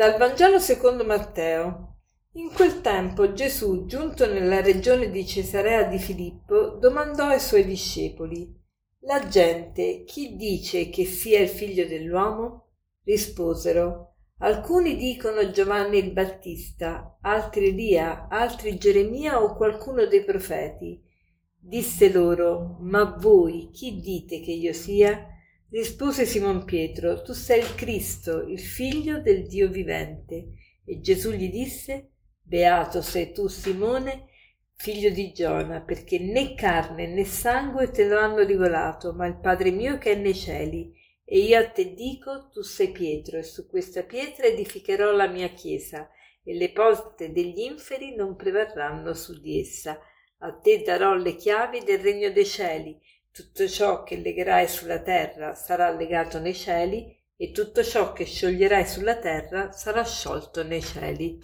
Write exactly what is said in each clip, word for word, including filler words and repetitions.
Dal Vangelo secondo Matteo. In quel tempo Gesù, giunto nella regione di Cesarea di Filippo, domandò ai suoi discepoli: «La gente chi dice che sia il figlio dell'uomo?» Risposero: «Alcuni dicono Giovanni il Battista, altri Elia, altri Geremia o qualcuno dei profeti». Disse loro: «Ma voi chi dite che io sia?» Rispose Simon Pietro: «Tu sei il Cristo, il figlio del Dio vivente». E Gesù gli disse: «Beato sei tu, Simone, figlio di Giona, perché né carne né sangue te lo hanno rivelato, ma il Padre mio che è nei cieli. E io a te dico, tu sei Pietro, e su questa pietra edificherò la mia chiesa, e le porte degli inferi non prevarranno su di essa. A te darò le chiavi del regno dei cieli. Tutto ciò che legherai sulla terra sarà legato nei cieli, e tutto ciò che scioglierai sulla terra sarà sciolto nei cieli».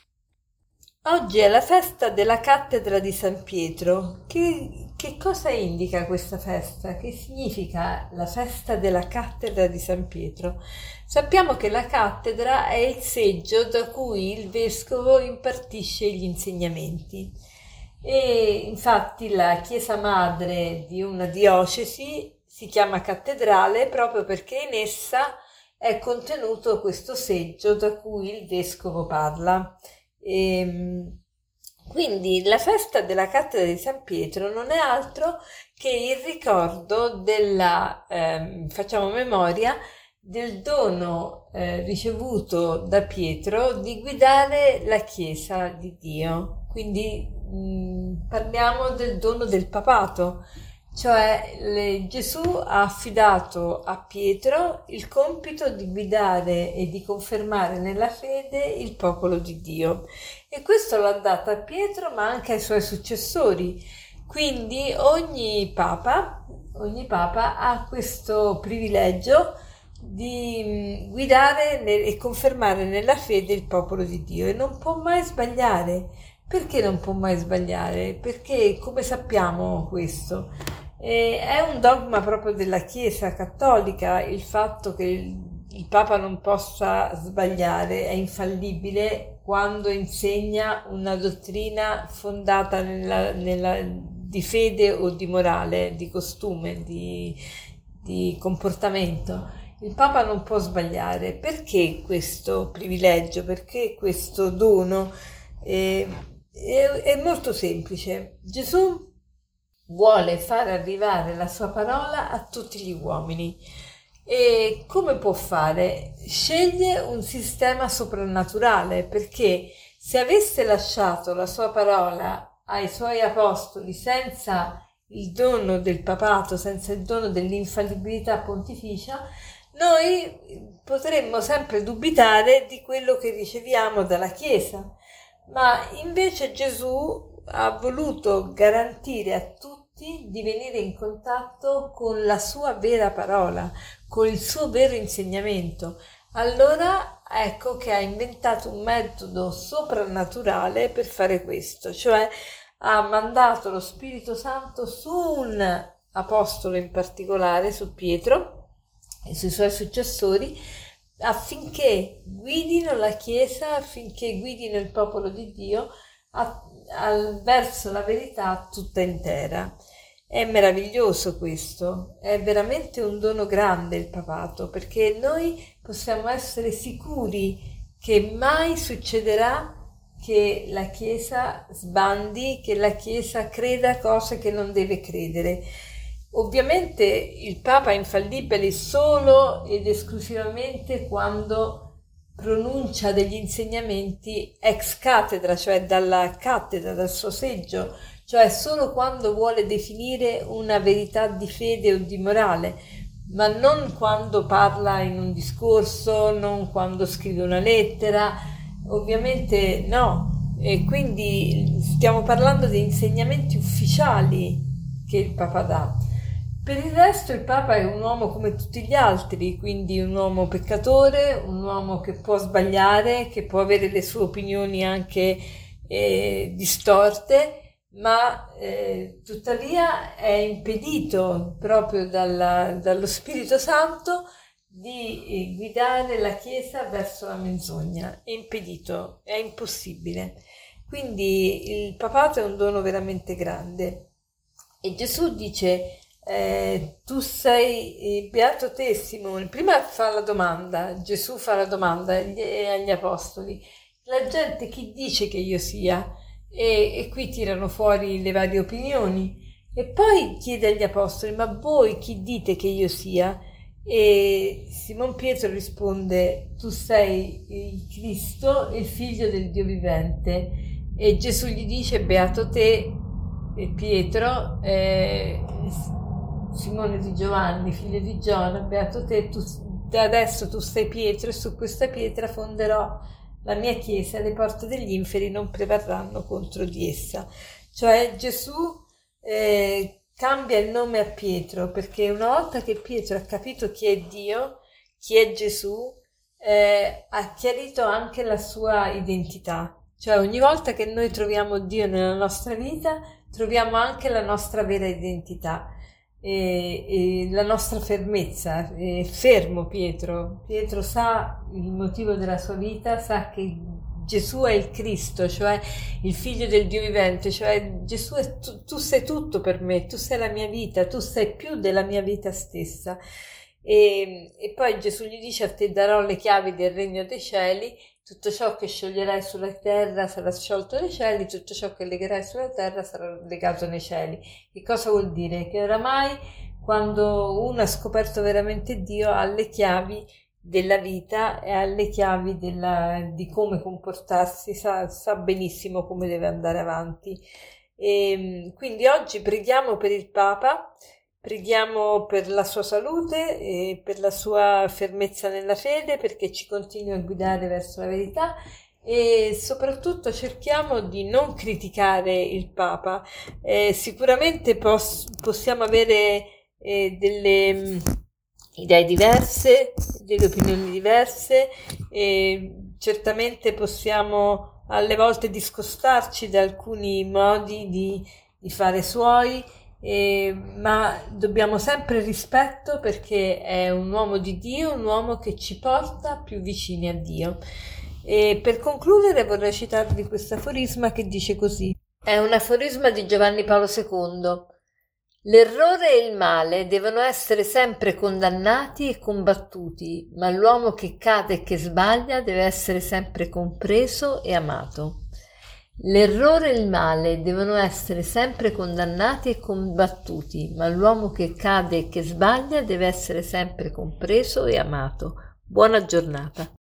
Oggi è la festa della cattedra di San Pietro. Che, che cosa indica questa festa? Che significa la festa della cattedra di San Pietro? Sappiamo che la cattedra è il seggio da cui il vescovo impartisce gli insegnamenti. E infatti la chiesa madre di una diocesi si chiama cattedrale proprio perché in essa è contenuto questo seggio da cui il vescovo parla. E quindi la festa della cattedra di San Pietro non è altro che il ricordo della, eh, facciamo memoria, del dono eh, ricevuto da Pietro di guidare la Chiesa di Dio. Quindi mh, parliamo del dono del papato, cioè le, Gesù ha affidato a Pietro il compito di guidare e di confermare nella fede il popolo di Dio, e questo l'ha dato a Pietro ma anche ai suoi successori. Quindi ogni papa, ogni papa ha questo privilegio di guidare e confermare nella fede il popolo di Dio, e non può mai sbagliare. Perché non può mai sbagliare? Perché, come sappiamo questo, eh, è un dogma proprio della Chiesa cattolica il fatto che il, il Papa non possa sbagliare, è infallibile quando insegna una dottrina fondata nella, nella, di fede o di morale, di costume, di, di comportamento. Il Papa non può sbagliare. Perché questo privilegio? Perché questo dono? Eh, è, è molto semplice. Gesù vuole far arrivare la sua parola a tutti gli uomini. E come può fare? Sceglie un sistema soprannaturale, perché se avesse lasciato la sua parola ai suoi apostoli senza il dono del papato, senza il dono dell'infallibilità pontificia, noi potremmo sempre dubitare di quello che riceviamo dalla Chiesa, ma invece Gesù ha voluto garantire a tutti di venire in contatto con la sua vera parola, con il suo vero insegnamento. Allora ecco che ha inventato un metodo soprannaturale per fare questo, cioè ha mandato lo Spirito Santo su un apostolo in particolare, su Pietro e sui suoi successori, affinché guidino la Chiesa, affinché guidino il popolo di Dio a, a, verso la verità tutta intera. È meraviglioso questo, è veramente un dono grande il papato, perché noi possiamo essere sicuri che mai succederà che la Chiesa sbandi, che la Chiesa creda cose che non deve credere. Ovviamente il Papa è infallibile solo ed esclusivamente quando pronuncia degli insegnamenti ex cattedra, cioè dalla cattedra, dal suo seggio, cioè solo quando vuole definire una verità di fede o di morale, ma non quando parla in un discorso, non quando scrive una lettera, ovviamente no. E quindi stiamo parlando di insegnamenti ufficiali che il Papa dà. Per il resto il Papa è un uomo come tutti gli altri, quindi un uomo peccatore, un uomo che può sbagliare, che può avere le sue opinioni anche eh, distorte, ma eh, tuttavia è impedito proprio dalla, dallo Spirito Santo di eh, guidare la Chiesa verso la menzogna. È impedito, è impossibile. Quindi il papato è un dono veramente grande. E Gesù dice, eh, tu sei, eh, beato te Simone. Prima fa la domanda, Gesù fa la domanda agli, agli apostoli, la gente chi dice che io sia? E, e qui tirano fuori le varie opinioni. E poi chiede agli apostoli, ma voi chi dite che io sia? E Simon Pietro risponde, tu sei il Cristo, il figlio del Dio vivente. E Gesù gli dice, beato te, Pietro, eh, Simone di Giovanni, figlio di Giona, beato te, tu, da adesso tu sei Pietro e su questa pietra fonderò la mia chiesa e le porte degli inferi non prevarranno contro di essa. Cioè Gesù eh, cambia il nome a Pietro, perché una volta che Pietro ha capito chi è Dio, chi è Gesù, eh, ha chiarito anche la sua identità. Cioè ogni volta che noi troviamo Dio nella nostra vita, troviamo anche la nostra vera identità e, e la nostra fermezza. È fermo Pietro. Pietro sa il motivo della sua vita, sa che Gesù è il Cristo, cioè il figlio del Dio vivente, cioè Gesù è tu, tu sei tutto per me, tu sei la mia vita, tu sei più della mia vita stessa. E, e poi Gesù gli dice, a te darò le chiavi del regno dei cieli, tutto ciò che scioglierai sulla terra sarà sciolto nei cieli, tutto ciò che legherai sulla terra sarà legato nei cieli. Che cosa vuol dire? Che oramai quando uno ha scoperto veramente Dio ha le chiavi della vita e ha le chiavi della, di come comportarsi, sa, sa benissimo come deve andare avanti. E quindi oggi preghiamo per il Papa, preghiamo per la sua salute e per la sua fermezza nella fede, perché ci continui a guidare verso la verità, e soprattutto cerchiamo di non criticare il Papa. Eh, sicuramente pos- possiamo avere eh, delle mh, idee diverse, delle opinioni diverse, e certamente possiamo alle volte discostarci da alcuni modi di, di fare suoi, Eh, ma dobbiamo sempre rispetto, perché è un uomo di Dio, un uomo che ci porta più vicini a Dio. E per concludere vorrei citarvi questo aforisma che dice così. È un aforisma di Giovanni Paolo secondo. L'errore e il male devono essere sempre condannati e combattuti, ma l'uomo che cade e che sbaglia deve essere sempre compreso e amato. L'errore e il male devono essere sempre condannati e combattuti, ma l'uomo che cade e che sbaglia deve essere sempre compreso e amato. Buona giornata.